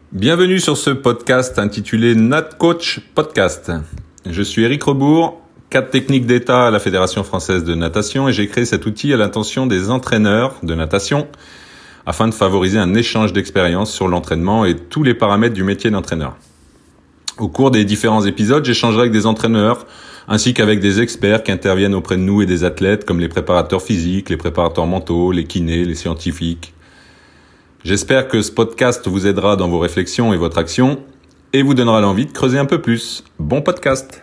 Bienvenue sur ce podcast intitulé NatCoach Podcast. Je suis Éric Rebourg, cadre technique d'État à la Fédération française de natation et j'ai créé cet outil à l'intention des entraîneurs de natation afin de favoriser un échange d'expériences sur l'entraînement et tous les paramètres du métier d'entraîneur. Au cours des différents épisodes, j'échangerai avec des entraîneurs ainsi qu'avec des experts qui interviennent auprès de nous et des athlètes comme les préparateurs physiques, les préparateurs mentaux, les kinés, les scientifiques. J'espère que ce podcast vous aidera dans vos réflexions et votre action et vous donnera l'envie de creuser un peu plus. Bon podcast.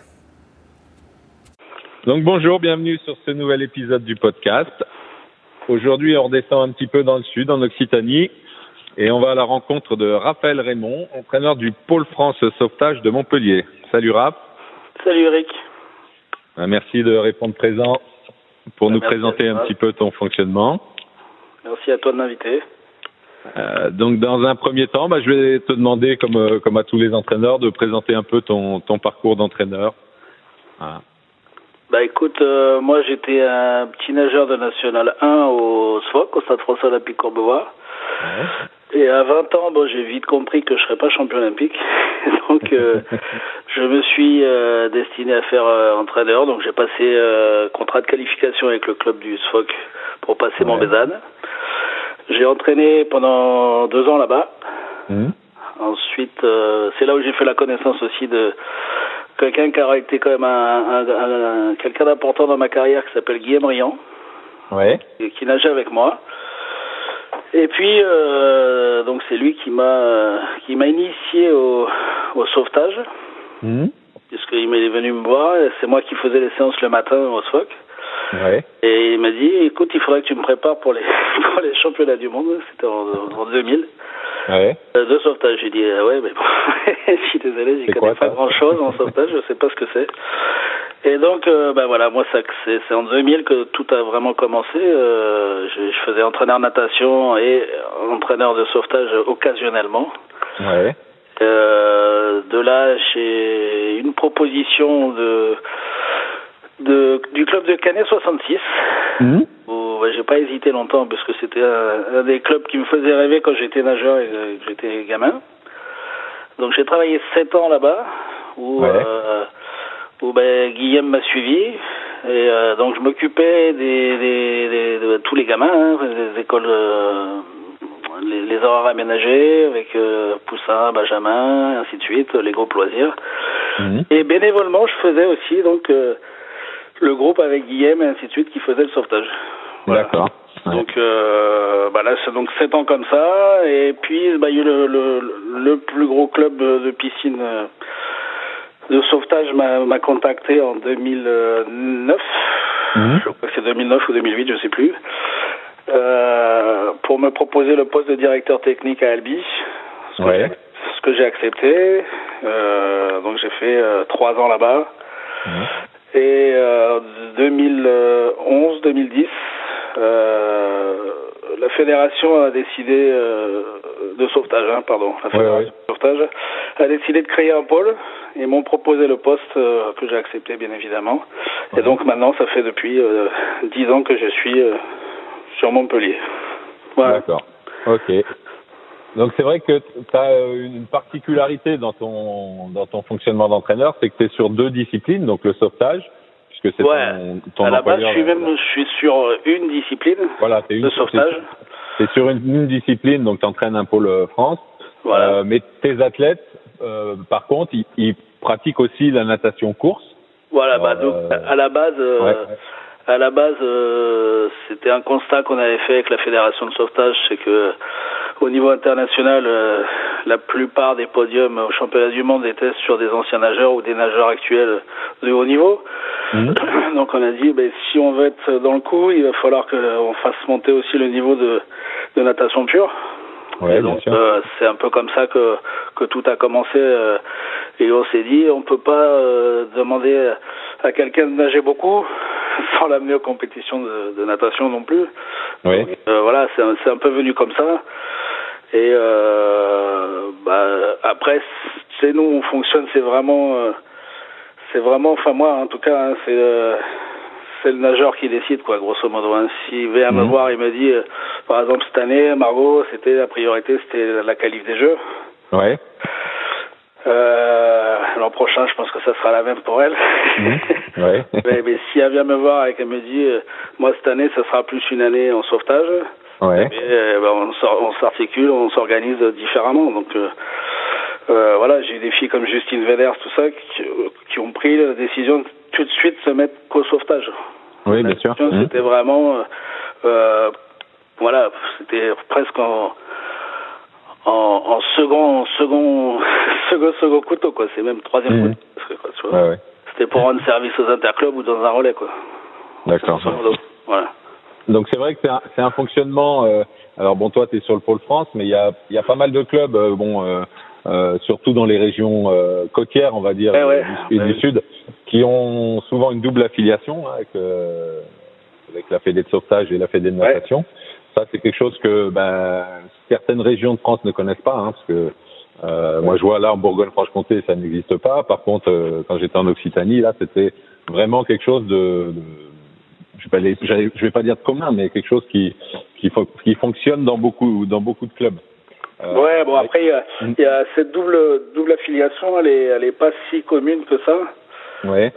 Donc bonjour, bienvenue sur ce nouvel épisode du podcast. Aujourd'hui, on redescend un petit peu dans le sud, en Occitanie, et on va à la rencontre de Raphaël Raymond, entraîneur du Pôle France Sauvetage de Montpellier. Salut Raph. Salut Eric. Merci de répondre présent pour nous présenter un petit peu ton fonctionnement. Merci à toi de m'inviter. Donc dans un premier temps, je vais te demander, comme à tous les entraîneurs, de présenter un peu ton parcours d'entraîneur. Voilà. Écoute, moi j'étais un petit nageur de National 1 au SFOC, au Stade Français Olympique Courbevoie. Ouais. Et à 20 ans, j'ai vite compris que je serais pas champion olympique. Donc je me suis destiné à faire entraîneur. Donc j'ai passé contrat de qualification avec le club du SFOC pour passer mon BESAN. J'ai entraîné pendant 2 ans là-bas. Ensuite, c'est là où j'ai fait la connaissance aussi de quelqu'un qui a été quand même quelqu'un d'important dans ma carrière qui s'appelle Guillaume Riant. Ouais. Et qui nageait avec moi. Et puis, donc c'est lui qui m'a initié au sauvetage. Puisqu'il est venu me voir, et c'est moi qui faisais les séances le matin au SFOC. Ouais. Et il m'a dit, écoute, il faudrait que tu me prépares pour les championnats du monde. C'était en 2000. Ouais. De sauvetage. J'ai dit, ouais, mais bon, je suis désolé, j'y connais pas grand-chose en sauvetage, je sais pas ce que c'est. Et donc, voilà, moi, c'est en 2000 que tout a vraiment commencé. Je faisais entraîneur natation et entraîneur de sauvetage occasionnellement. Ouais. De là, j'ai une proposition du club de Canet 66. Où j'ai pas hésité longtemps parce que c'était un des clubs qui me faisait rêver quand j'étais nageur et que j'étais gamin. Donc j'ai travaillé 7 ans là-bas où Guillaume m'a suivi et donc je m'occupais de tous les gamins, des écoles, les horaires aménagés avec Poussin, Benjamin, ainsi de suite, les groupes loisirs. Et bénévolement je faisais aussi donc le groupe avec Guillaume et ainsi de suite qui faisait le sauvetage. Voilà. D'accord. Ouais. Donc là c'est donc 7 ans comme ça et puis il y a eu le plus gros club de piscine de sauvetage m'a contacté en 2009. Je crois que c'est 2009 ou 2008, je sais plus. Pour me proposer le poste de directeur technique à Albi. Ce que j'ai accepté. Donc j'ai fait 3 ans là-bas. Et 2011-2010, la fédération a décidé de sauvetage, la fédération de sauvetage a décidé de créer un pôle et m'ont proposé le poste que j'ai accepté bien évidemment. Et donc maintenant, ça fait depuis 10 ans que je suis sur Montpellier. Voilà. D'accord. Ok. Donc c'est vrai que tu as une particularité dans ton fonctionnement d'entraîneur, c'est que tu es sur 2 disciplines, donc le sauvetage, puisque c'est ton à la base, je suis sur une discipline de sauvetage. Tu es sur une discipline, donc tu entraînes un pôle France. Voilà. Mais tes athlètes, par contre, ils pratiquent aussi la natation course. Voilà, donc à la base... À la base, c'était un constat qu'on avait fait avec la fédération de sauvetage, c'est que au niveau international, la plupart des podiums au championnat du monde étaient sur des anciens nageurs ou des nageurs actuels de haut niveau. Donc on a dit, si on veut être dans le coup, il va falloir qu'on fasse monter aussi le niveau de natation pure. Ouais, et donc c'est un peu comme ça que tout a commencé et on s'est dit on peut pas demander à quelqu'un de nager beaucoup sans l'amener aux compétitions de natation non plus. Oui. Donc, voilà, c'est un peu venu comme ça. Et après, chez nous on fonctionne, c'est vraiment, enfin moi en tout cas, c'est le nageur qui décide, quoi, grosso modo. S'il vient me voir, il me dit, par exemple, cette année, Margot, la priorité, c'était la qualif des Jeux. Ouais. L'an prochain, je pense que ça sera la même pour elle. Ouais. mais si elle vient me voir et qu'elle me dit, moi cette année, ça sera plus une année en sauvetage. Ouais. On s'articule, on s'organise différemment. Donc voilà, j'ai des filles comme Justine Veders, tout ça, qui ont pris la décision de tout de suite se mettre qu'au sauvetage. Oui, bien sûr. C'était vraiment, voilà, c'était presque en second couteau, quoi. C'est même troisième couteau, quoi, tu vois. Ouais. C'était pour rendre service aux interclubs ou dans un relais, quoi. D'accord. Voilà. Donc c'est vrai que c'est un fonctionnement. Alors bon, toi, tu es sur le pôle France, mais il y a pas mal de clubs, surtout dans les régions côtières, on va dire, du Sud, qui ont souvent une double affiliation avec la Fédé de sauvetage et la Fédé de natation. Ça, c'est quelque chose que certaines régions de France ne connaissent pas, parce que moi, je vois là en Bourgogne-Franche-Comté, ça n'existe pas. Par contre, quand j'étais en Occitanie, là, c'était vraiment quelque chose de je vais pas dire de commun, mais quelque chose qui fonctionne dans beaucoup de clubs. Après il y a cette double affiliation, elle est pas si commune que ça. Ouais.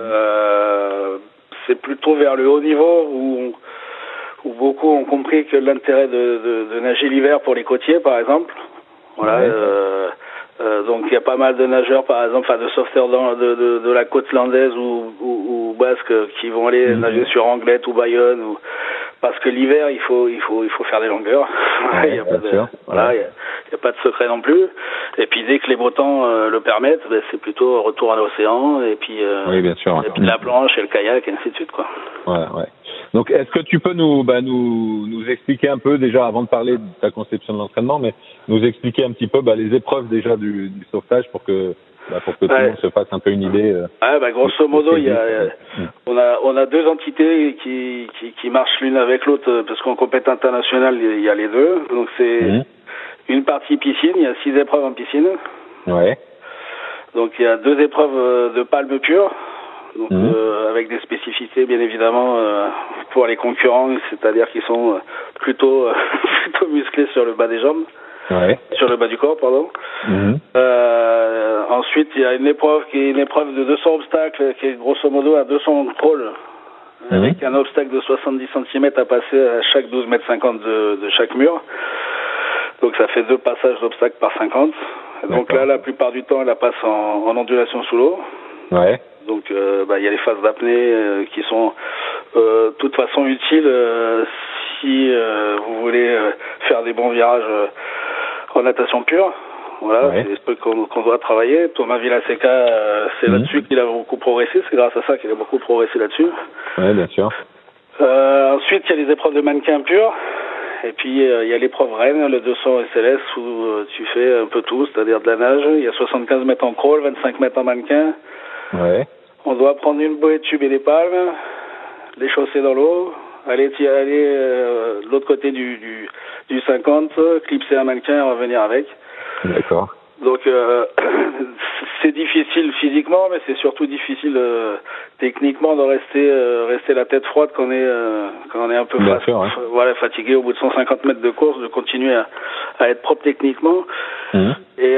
C'est plutôt vers le haut niveau où beaucoup ont compris que l'intérêt de nager l'hiver pour les côtiers, par exemple. Voilà. Donc il y a pas mal de nageurs, par exemple, de sauveteurs de la côte landaise ou basque qui vont aller nager sur Anglette ou Bayonne, parce que l'hiver il faut faire des longueurs. Il y a pas de secret non plus. Et puis dès que les beaux temps le permettent, c'est plutôt retour à l'océan et puis bien sûr. Et puis de la planche et le kayak et ainsi de suite, quoi. Ouais. Donc, est-ce que tu peux nous expliquer un peu, déjà, avant de parler de ta conception de l'entraînement, mais nous expliquer un petit peu les épreuves déjà du sauvetage pour que tout le monde se fasse un peu une idée. Grosso modo, on a deux entités qui marchent l'une avec l'autre, parce qu'en compétition internationale, il y a les deux. Donc, c'est une partie piscine, il y a 6 épreuves en piscine. Ouais. Donc, il y a 2 épreuves de palme pure. Donc avec des spécificités bien évidemment pour les concurrents, c'est-à-dire qu'ils sont plutôt musclés sur le bas des jambes, sur le bas du corps, pardon. Ensuite, il y a une épreuve qui est une épreuve de 200 obstacles qui est grosso modo à 200 crawls avec un obstacle de 70 cm à passer à chaque 12,50 m de chaque mur. Donc ça fait 2 passages d'obstacles par 50. Donc là, la plupart du temps, elle la passe en ondulation sous l'eau. Ouais. Donc il y a les phases d'apnée qui sont de toute façon utiles si vous voulez faire des bons virages en natation pure. Voilà, c'est ce truc qu'on doit travailler. Thomas Villaseca, c'est là-dessus qu'il a beaucoup progressé, c'est grâce à ça qu'il a beaucoup progressé là-dessus. Oui, bien sûr. Ensuite, il y a les épreuves de mannequin pur. Et puis, il y a l'épreuve reine, le 200 SLS, où tu fais un peu tout, c'est-à-dire de la nage. Il y a 75 mètres en crawl, 25 mètres en mannequin. Ouais. On doit prendre une bouée de tube et des palmes, les chausser dans l'eau, aller de l'autre côté du 50, clipser un mannequin et revenir avec. D'accord. Donc c'est difficile physiquement, mais c'est surtout difficile techniquement de rester la tête froide quand on est un peu fatigué au bout de 150 mètres de course, de continuer à être propre techniquement. Et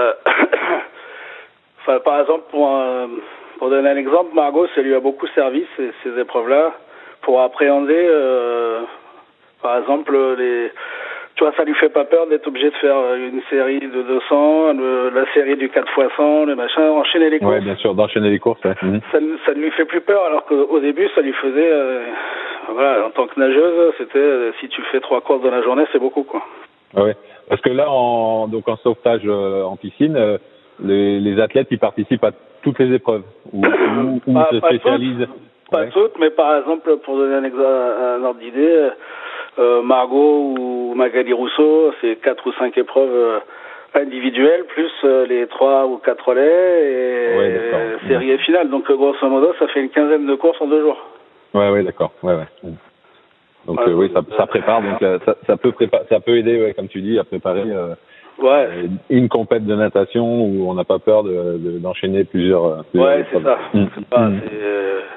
par exemple, pour donner un exemple, Margot, ça lui a beaucoup servi ces épreuves-là pour appréhender, par exemple, tu vois, ça lui fait pas peur d'être obligé de faire une série de 200, la série du 4x100, le machin, enchaîner les courses. Ouais, bien sûr, d'enchaîner les courses. Ouais. Ça ne lui fait plus peur, alors qu'au début, ça lui faisait, en tant que nageuse, c'était, si tu fais 3 courses dans la journée, c'est beaucoup, quoi. Ouais, parce que là, en sauvetage en piscine, les athlètes, ils participent à toutes les épreuves, ou se spécialisent. Pas toutes, mais par exemple, pour donner un ordre d'idée, Margot ou Magali Rousseau, c'est 4 ou 5 épreuves individuelles, plus les 3 ou 4 relais et série et finale. Donc, grosso modo, ça fait une quinzaine de courses en 2 jours. Ouais, d'accord. Ouais. Donc, ça prépare. Donc, ça peut aider, comme tu dis, à préparer une compète de natation où on n'a pas peur d'enchaîner plusieurs c'est ça.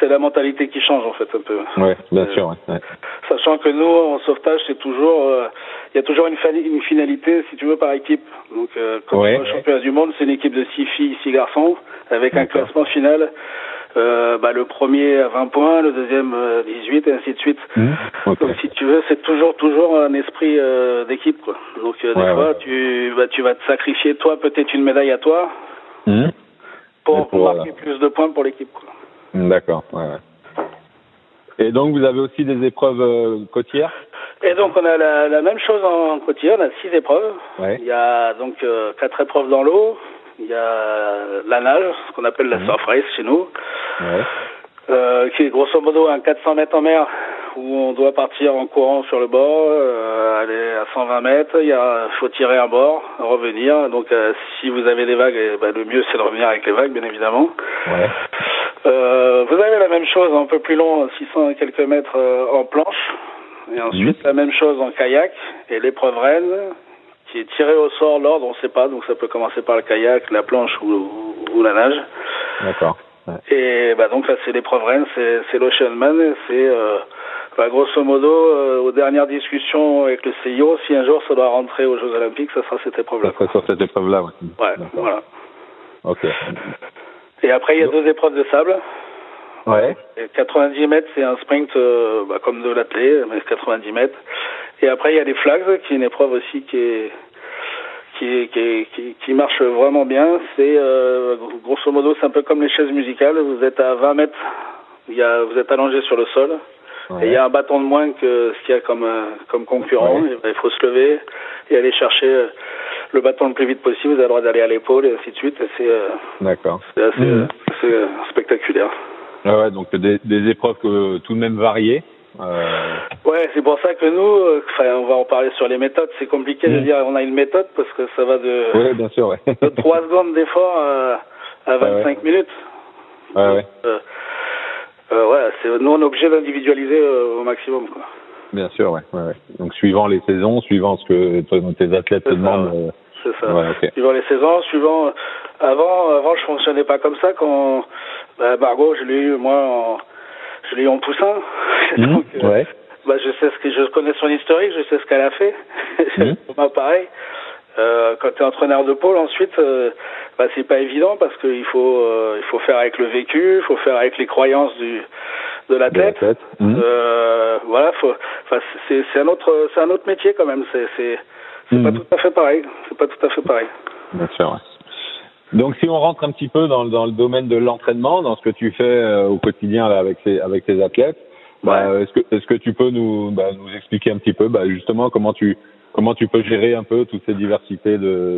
c'est la mentalité qui change en fait un peu. Ouais, bien sûr. Ouais. Sachant que nous en sauvetage c'est toujours, il y a toujours une finalité si tu veux par équipe. Donc comme le championnat du monde, c'est une équipe de 6 filles, 6 garçons avec un classement final. Le premier à 20 points, le deuxième 18 et ainsi de suite. Donc si tu veux, c'est toujours un esprit d'équipe quoi. Donc des fois tu vas te sacrifier toi peut-être une médaille à toi pour marquer plus de points pour l'équipe quoi. D'accord. Ouais. Et donc vous avez aussi des épreuves côtières? Et donc on a la même chose en côtière, on a 6 épreuves. Ouais. Il y a donc 4 épreuves dans l'eau. Il y a la nage, ce qu'on appelle la surf race chez nous, qui est grosso modo un 400 mètres en mer où on doit partir en courant sur le bord, aller à 120 mètres, faut tirer un bord, revenir. Donc si vous avez des vagues, le mieux c'est de revenir avec les vagues, bien évidemment. Ouais. Vous avez la même chose un peu plus long, 600 et quelques mètres en planche, et ensuite la même chose en kayak, et l'épreuve reine, qui est tiré au sort, l'ordre, on ne sait pas, donc ça peut commencer par le kayak, la planche ou la nage. D'accord. Ouais. Et donc là, c'est l'épreuve reine, c'est l'Oceanman, c'est grosso modo, aux dernières discussions avec le CIO, si un jour ça doit rentrer aux Jeux Olympiques, ça sera cette épreuve-là. Ça sera sur cette épreuve-là, ouais. Ouais, voilà. Ok. Et après, il y a 2 épreuves de sable. Ouais. Et 90 mètres, c'est un sprint comme de l'athlé, mais 90 mètres. Et après, il y a les flags, qui est une épreuve aussi qui marche vraiment bien. C'est grosso modo, c'est un peu comme les chaises musicales. Vous êtes à 20 mètres, vous êtes allongé sur le sol. Ouais. Et il y a un bâton de moins que ce qu'il y a comme concurrent. Ouais. Il faut se lever et aller chercher le bâton le plus vite possible. Vous avez le droit d'aller à l'épaule et ainsi de suite. Et D'accord. C'est assez spectaculaire. Ouais, donc des épreuves tout de même variées. Ouais, c'est pour ça que nous, on va en parler sur les méthodes. C'est compliqué de dire on a une méthode parce que ça va de, bien sûr, de 3 secondes d'effort à 25 minutes. Ouais. Nous on est obligé d'individualiser au maximum, quoi. Bien sûr, ouais. Donc suivant les saisons, suivant ce que tes athlètes te demandent. C'est ça. Suivant les saisons, avant je fonctionnais pas comme ça. Quand Margot, je l'ai eu en poussin. Donc, je connais son historique, je sais ce qu'elle a fait. Pareil. Quand tu es entraîneur de pôle, ensuite, c'est pas évident parce qu'il faut faire avec le vécu, il faut faire avec les croyances de l'athlète. C'est un autre métier quand même. C'est pas tout à fait pareil. Bien sûr. Ouais. Donc, si on rentre un petit peu dans le domaine de l'entraînement, dans ce que tu fais au quotidien là, avec tes athlètes, est-ce que tu peux nous expliquer un petit peu, justement, comment tu peux gérer un peu toute cette diversité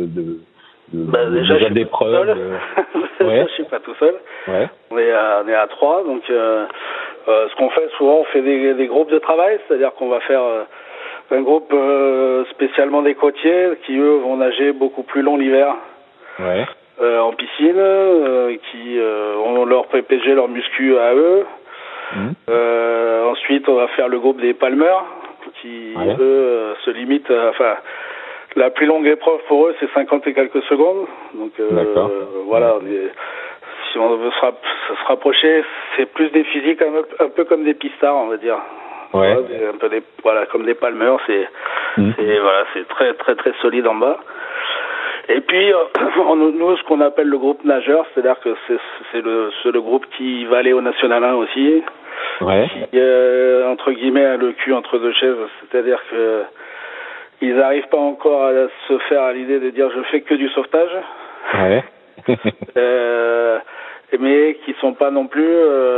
déjà d'épreuves. Je suis pas tout seul. Ouais. On est à 3, donc ce qu'on fait souvent, on fait des groupes de travail, c'est-à-dire qu'on va faire un groupe spécialement des côtiers qui eux vont nager beaucoup plus long l'hiver. Ouais. En piscine, qui ont leur PPG, leur muscu à eux. Ensuite, on va faire le groupe des palmeurs, qui eux se limitent à, la plus longue épreuve pour eux, c'est 50 et quelques secondes. Donc si on veut se rapprocher, c'est plus des physiques un peu comme des pistards, on va dire. Ouais. Un peu comme des palmeurs, c'est très très très solide en bas. Et puis, nous, ce qu'on appelle le groupe nageur, c'est-à-dire que c'est le groupe qui va aller au National 1 aussi, qui, entre guillemets, a le cul entre deux chaises, c'est-à-dire que ils n'arrivent pas encore à se faire à l'idée de dire je fais que du sauvetage, mais qui sont pas non plus,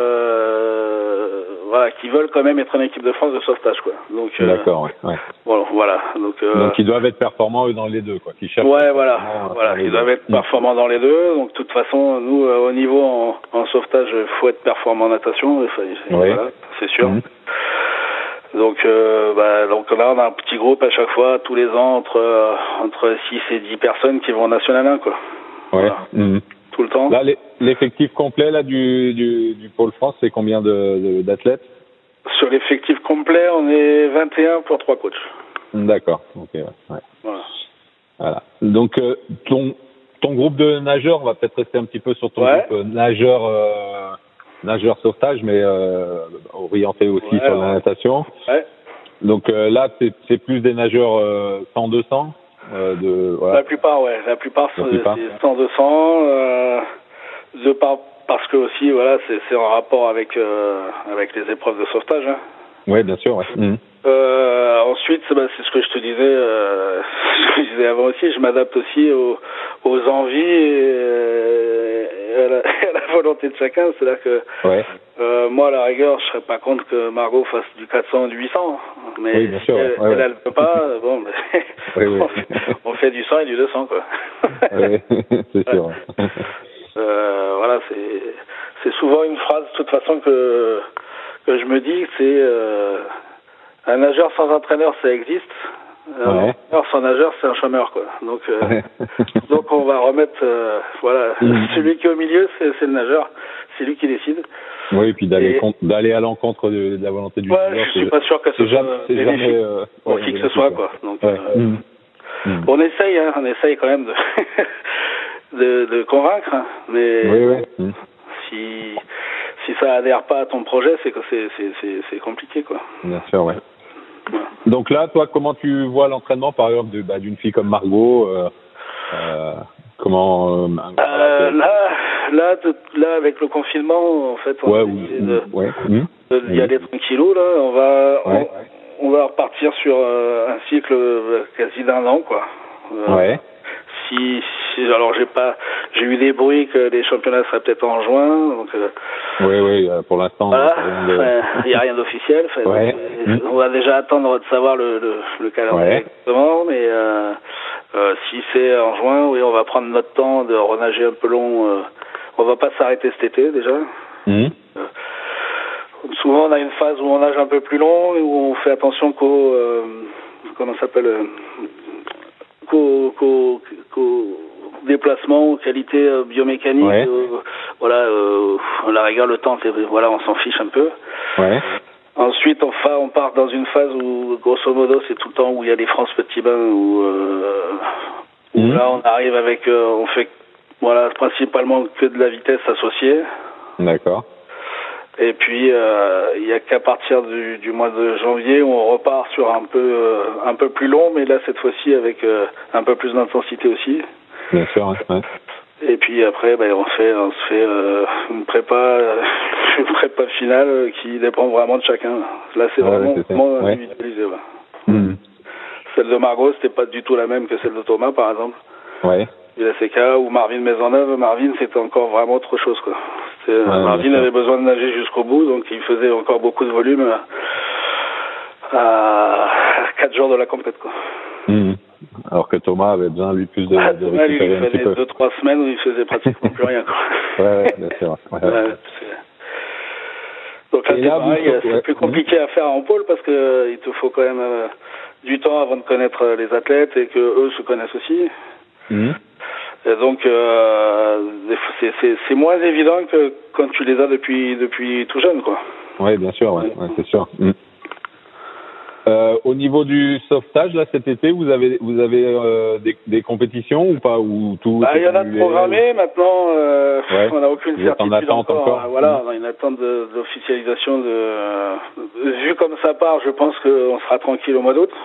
qui veulent quand même être en équipe de France de sauvetage, quoi. Donc, d'accord, voilà. Donc ils doivent être performants eux dans les deux, quoi. Qui cherchent. Ils doivent être performants dans les deux. Donc de toute façon, nous au niveau en sauvetage, faut être performant en natation. Voilà, c'est sûr. Donc là, on a un petit groupe à chaque fois, tous les ans, entre 6 et 10 personnes qui vont au National 1, quoi. Ouais. Voilà. Tout le temps. Là, l'effectif complet là du Pôle France, c'est combien d'athlètes? Sur l'effectif complet, on est 21 pour 3 coachs. D'accord. Ok. Ouais. Voilà. Donc ton groupe de nageurs, on va peut-être rester un petit peu sur ton groupe nageur nageur sauvetage, mais orienté aussi sur la natation. Ouais. Donc là, c'est plus des nageurs 100-200 voilà. La plupart, c'est 100-200. Parce que aussi, voilà, c'est en rapport avec les épreuves de sauvetage. Hein. Oui, bien sûr. Ouais. Ensuite, c'est ce que je te disais, ce que je disais avant aussi. Je m'adapte aussi aux envies et à la volonté de chacun. C'est-à-dire que moi, à la rigueur, je serais pas contre que Margot fasse du 400 ou du 800. Mais oui, bien sûr, si elle peut pas, bon, on fait du 100 et du 200, quoi. Oui, c'est sûr. Voilà, c'est souvent une phrase, de toute façon, que je me dis, c'est un nageur sans entraîneur, ça existe. Un entraîneur sans nageur, c'est un chômeur, quoi. Donc, donc on va remettre, voilà, celui qui est au milieu, c'est le nageur, c'est lui qui décide. Oui, et puis d'aller à l'encontre de la volonté du nageur. Je suis pas sûr que ce soit bénéfique pour qui que ce soit, quoi. Donc, on essaye quand même de convaincre, hein, mais si ça adhère pas à ton projet, c'est que c'est compliqué, quoi. Bien sûr, ouais. Donc là, toi, comment tu vois l'entraînement, par exemple, d'une fille comme Margot comment là, avec le confinement, en fait, on va d'y aller tranquillou. Là, on va repartir sur un cycle quasi d'1 an, quoi. Alors j'ai eu des bruits que les championnats seraient peut-être en juin, donc pour l'instant il n'y a rien d'officiel. On va déjà attendre de savoir le calendrier exactement, mais si c'est en juin, on va prendre notre temps de renager un peu long. On va pas s'arrêter cet été déjà. Souvent on a une phase où on nage un peu plus long et où on fait attention qu'aux déplacements, aux qualités biomécaniques. À la rigueur, le temps, on s'en fiche un peu. Ensuite, on part dans une phase où, grosso modo, c'est tout le temps où il y a les France Petits Bains, où là, on arrive avec, on fait, principalement que de la vitesse associée. D'accord. Et puis, il n'y a qu'à partir du mois de janvier où on repart sur un peu plus long, mais là, cette fois-ci, avec un peu plus d'intensité aussi. Bien sûr, Et puis après, on se fait une prépa finale qui dépend vraiment de chacun. Là, c'est vraiment individualisé. Celle de Margot, c'était pas du tout la même que celle de Thomas, par exemple. Et là, c'est cas où Marvin Maisonneuve, c'était encore vraiment autre chose, quoi. Marvin avait besoin de nager jusqu'au bout, donc il faisait encore beaucoup de volume à 4 jours de la compète, quoi. Alors que Thomas avait besoin, lui, plus de récupérer un petit peu. Il faisait 2-3 semaines où il faisait pratiquement plus rien, quoi. Bien sûr. Donc là, c'est pareil, c'est plus compliqué à faire en pôle parce que il te faut quand même du temps avant de connaître les athlètes et que eux se connaissent aussi. Et donc, c'est moins évident que quand tu les as depuis tout jeune, quoi. Oui, bien sûr, c'est sûr. Au niveau du sauvetage, là, cet été, vous avez des compétitions ou pas, ou tout? Il y en a de programmées maintenant. On n'a aucune certitude encore. Voilà, on a une attente d'officialisation vu comme ça part, je pense qu'on sera tranquille au mois d'août.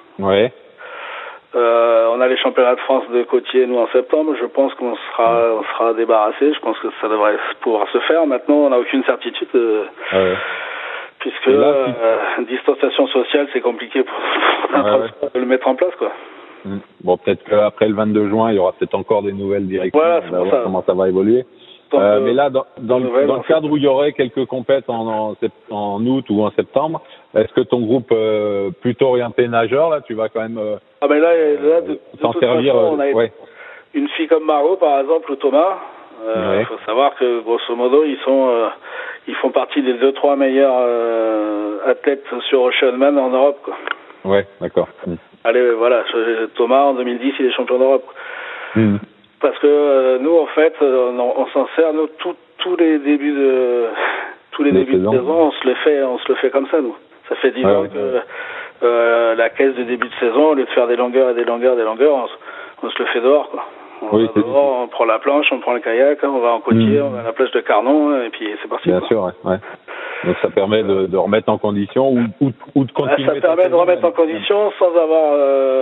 On a les championnats de France de côtier, nous, en septembre. Je pense qu'on sera débarrassé. Je pense que ça devrait pouvoir se faire. Maintenant, on n'a aucune certitude. Puisque distanciation sociale, c'est compliqué pour le mettre en place, quoi. Bon, peut-être qu'après le 22 juin, il y aura peut-être encore des nouvelles directives. On va voir comment ça va évoluer. Mais là, dans le cadre où il y aurait quelques compètes en août ou en septembre, est-ce que ton groupe plutôt orienté nageur, là, tu vas quand même de s'en toute servir façon, on a une fille comme Margot, par exemple, ou Thomas. Il faut savoir que, grosso modo, ils font partie des 2-3 meilleurs athlètes sur Oceanman en Europe, quoi. D'accord. Allez, voilà, Thomas, en 2010, il est champion d'Europe. Parce que nous, en fait, on s'en sert, nous, tous les débuts de saison, on se le fait comme ça, nous. Ça fait 10 ans que la caisse de début de saison, au lieu de faire des longueurs, on se le fait dehors, quoi. On prend la planche, on prend le kayak, on va en côtier, on va à la plage de Carnon, et puis c'est parti. Bien sûr, ouais. Donc ça permet de remettre en condition ou de continuer. Ça permet de remettre en condition sans avoir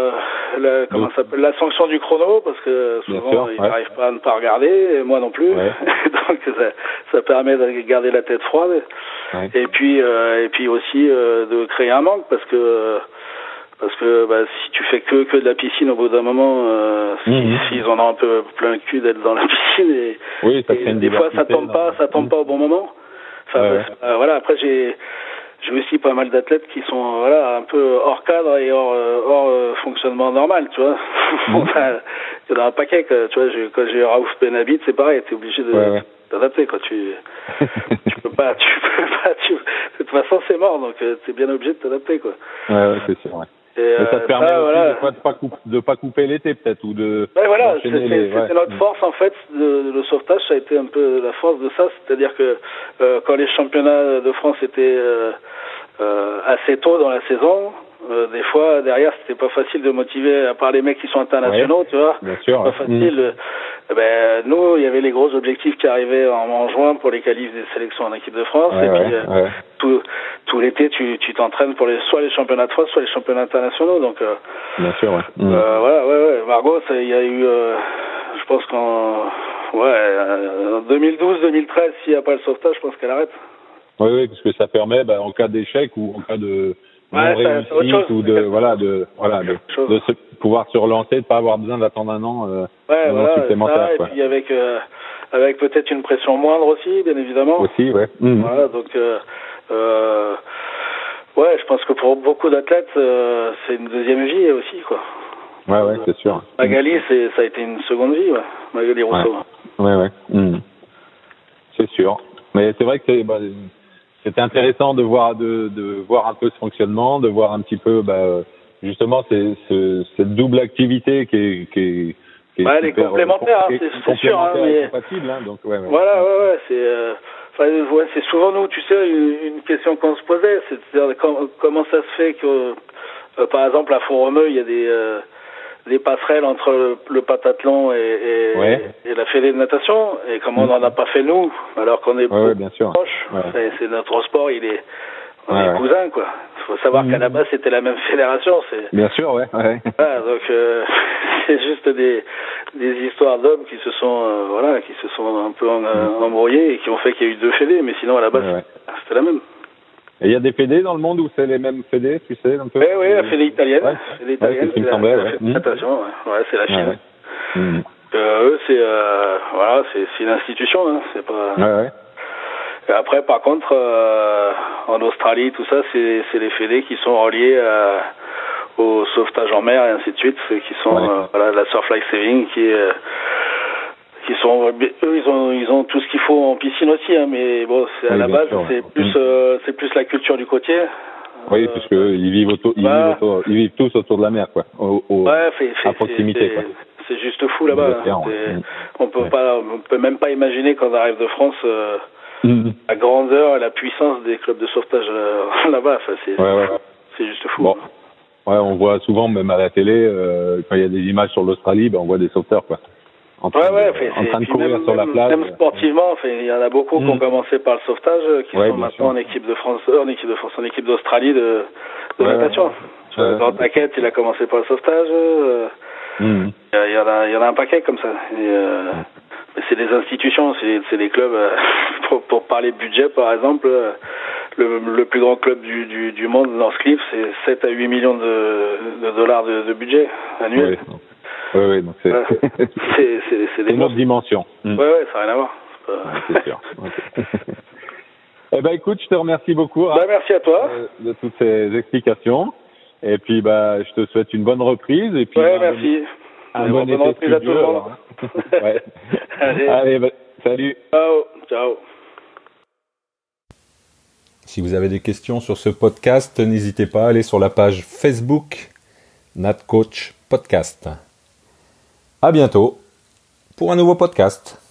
la sanction du chrono, parce que souvent ils n'arrivent pas à ne pas regarder, et moi non plus. Ouais. Donc ça permet de garder la tête froide. Ouais. Et puis aussi de créer un manque, parce que si tu fais que de la piscine, au bout d'un moment, s'ils en ont un peu plein le cul d'être dans la piscine, et des fois ça tombe pas au bon moment. Enfin, voilà. Après j'ai aussi pas mal d'athlètes qui sont un peu hors cadre et hors fonctionnement normal, tu vois. Il y en a un paquet, tu vois. Quand j'ai Raouf Benhabib, c'est pareil, t'es obligé de t'adapter, quoi. Tu peux pas. De toute façon, c'est mort, donc t'es bien obligé de t'adapter, quoi. Ouais, c'est sûr. Ouais. Mais ça te permet aussi de pas couper l'été, peut-être, ou de. C'était notre force, en fait. Le sauvetage, ça a été un peu la force de ça, c'est-à-dire que quand les championnats de France étaient assez tôt dans la saison, des fois derrière c'était pas facile de motiver, à part les mecs qui sont internationaux, tu vois. Bien sûr. C'est pas facile. Nous, il y avait les gros objectifs qui arrivaient en juin pour les qualifs des sélections en équipe de France, tout l'été tu t'entraînes pour soit les championnats de France, soit les championnats internationaux. Donc bien sûr. Margot, il y a eu je pense qu'en 2012-2013, s'il n'y a pas le sauvetage, je pense qu'elle arrête. Oui, parce que ça permet, en cas d'échec ou en cas de réussite ou de pouvoir se relancer, de pas avoir besoin d'attendre un an supplémentaire. Et puis avec peut-être une pression moindre aussi, bien évidemment. Aussi, ouais. Voilà, donc je pense que pour beaucoup d'athlètes, c'est une deuxième vie aussi, quoi. Ouais, c'est sûr. Magali, ça a été une seconde vie, Magali Rousseau. Ouais. C'est sûr. Mais c'est vrai que c'était intéressant de voir un peu ce fonctionnement, de voir un petit peu justement cette double activité qui est elle est complémentaire, c'est sûr, mais compatible, donc c'est souvent nous, tu sais, une question qu'on se posait, c'est-à-dire comment ça se fait que par exemple à Font-Romeu, il y a des passerelles entre le pentathlon et la fédé de natation, et comment on n'en a pas fait nous, alors qu'on est bien sûr. proche. C'est notre sport, on est cousins, quoi. Il faut savoir qu'à la base c'était la même fédération. Bien sûr, donc c'est juste des histoires d'hommes qui se sont un peu embrouillés et qui ont fait qu'il y a eu deux fédés, mais sinon à la base c'était la même. Et il y a des fédés dans le monde où c'est les mêmes fédés, tu sais, un peu. Oui, la fédé italienne. C'est ce qui me semblait, natation, c'est la Chine. Eux, c'est une institution, c'est pas. Et après, par contre, en Australie, tout ça, c'est les fédés qui sont reliés au sauvetage en mer et ainsi de suite, qui sont la Surf Life Saving, qui sont eux, ils ont tout ce qu'il faut en piscine aussi, mais bon, à la base, c'est plus la culture du côtier. Oui, puisque ils vivent tous autour de la mer, quoi, à proximité, quoi. C'est juste fou là-bas. On peut même pas imaginer quand on arrive de France la grandeur et la puissance des clubs de sauvetage là-bas. C'est juste fou. Bon. On voit souvent, même à la télé, quand il y a des images sur l'Australie, on voit des sauveteurs, quoi. En train de courir sur la plage. Même sportivement, il y en a beaucoup qui ont commencé par le sauvetage, qui sont maintenant en équipe de France, en équipe d'Australie de natation. Dans Taquette, il a commencé par le sauvetage. Il y en a un paquet comme ça. Mais c'est des institutions, c'est des clubs. Pour parler budget, par exemple, le plus grand club du monde, Northcliffe, c'est 7 à 8 millions de dollars de budget annuel. Oui, donc c'est une autre dimension. Ça n'a rien à voir. C'est sûr. Écoute, je te remercie beaucoup. Merci à toi de toutes ces explications. Et puis, je te souhaite une bonne reprise. Et puis, merci. Un bon été reprise à tout le monde. Allez, salut. Ciao. Si vous avez des questions sur ce podcast, n'hésitez pas à aller sur la page Facebook NatCoach Podcast. À bientôt pour un nouveau podcast.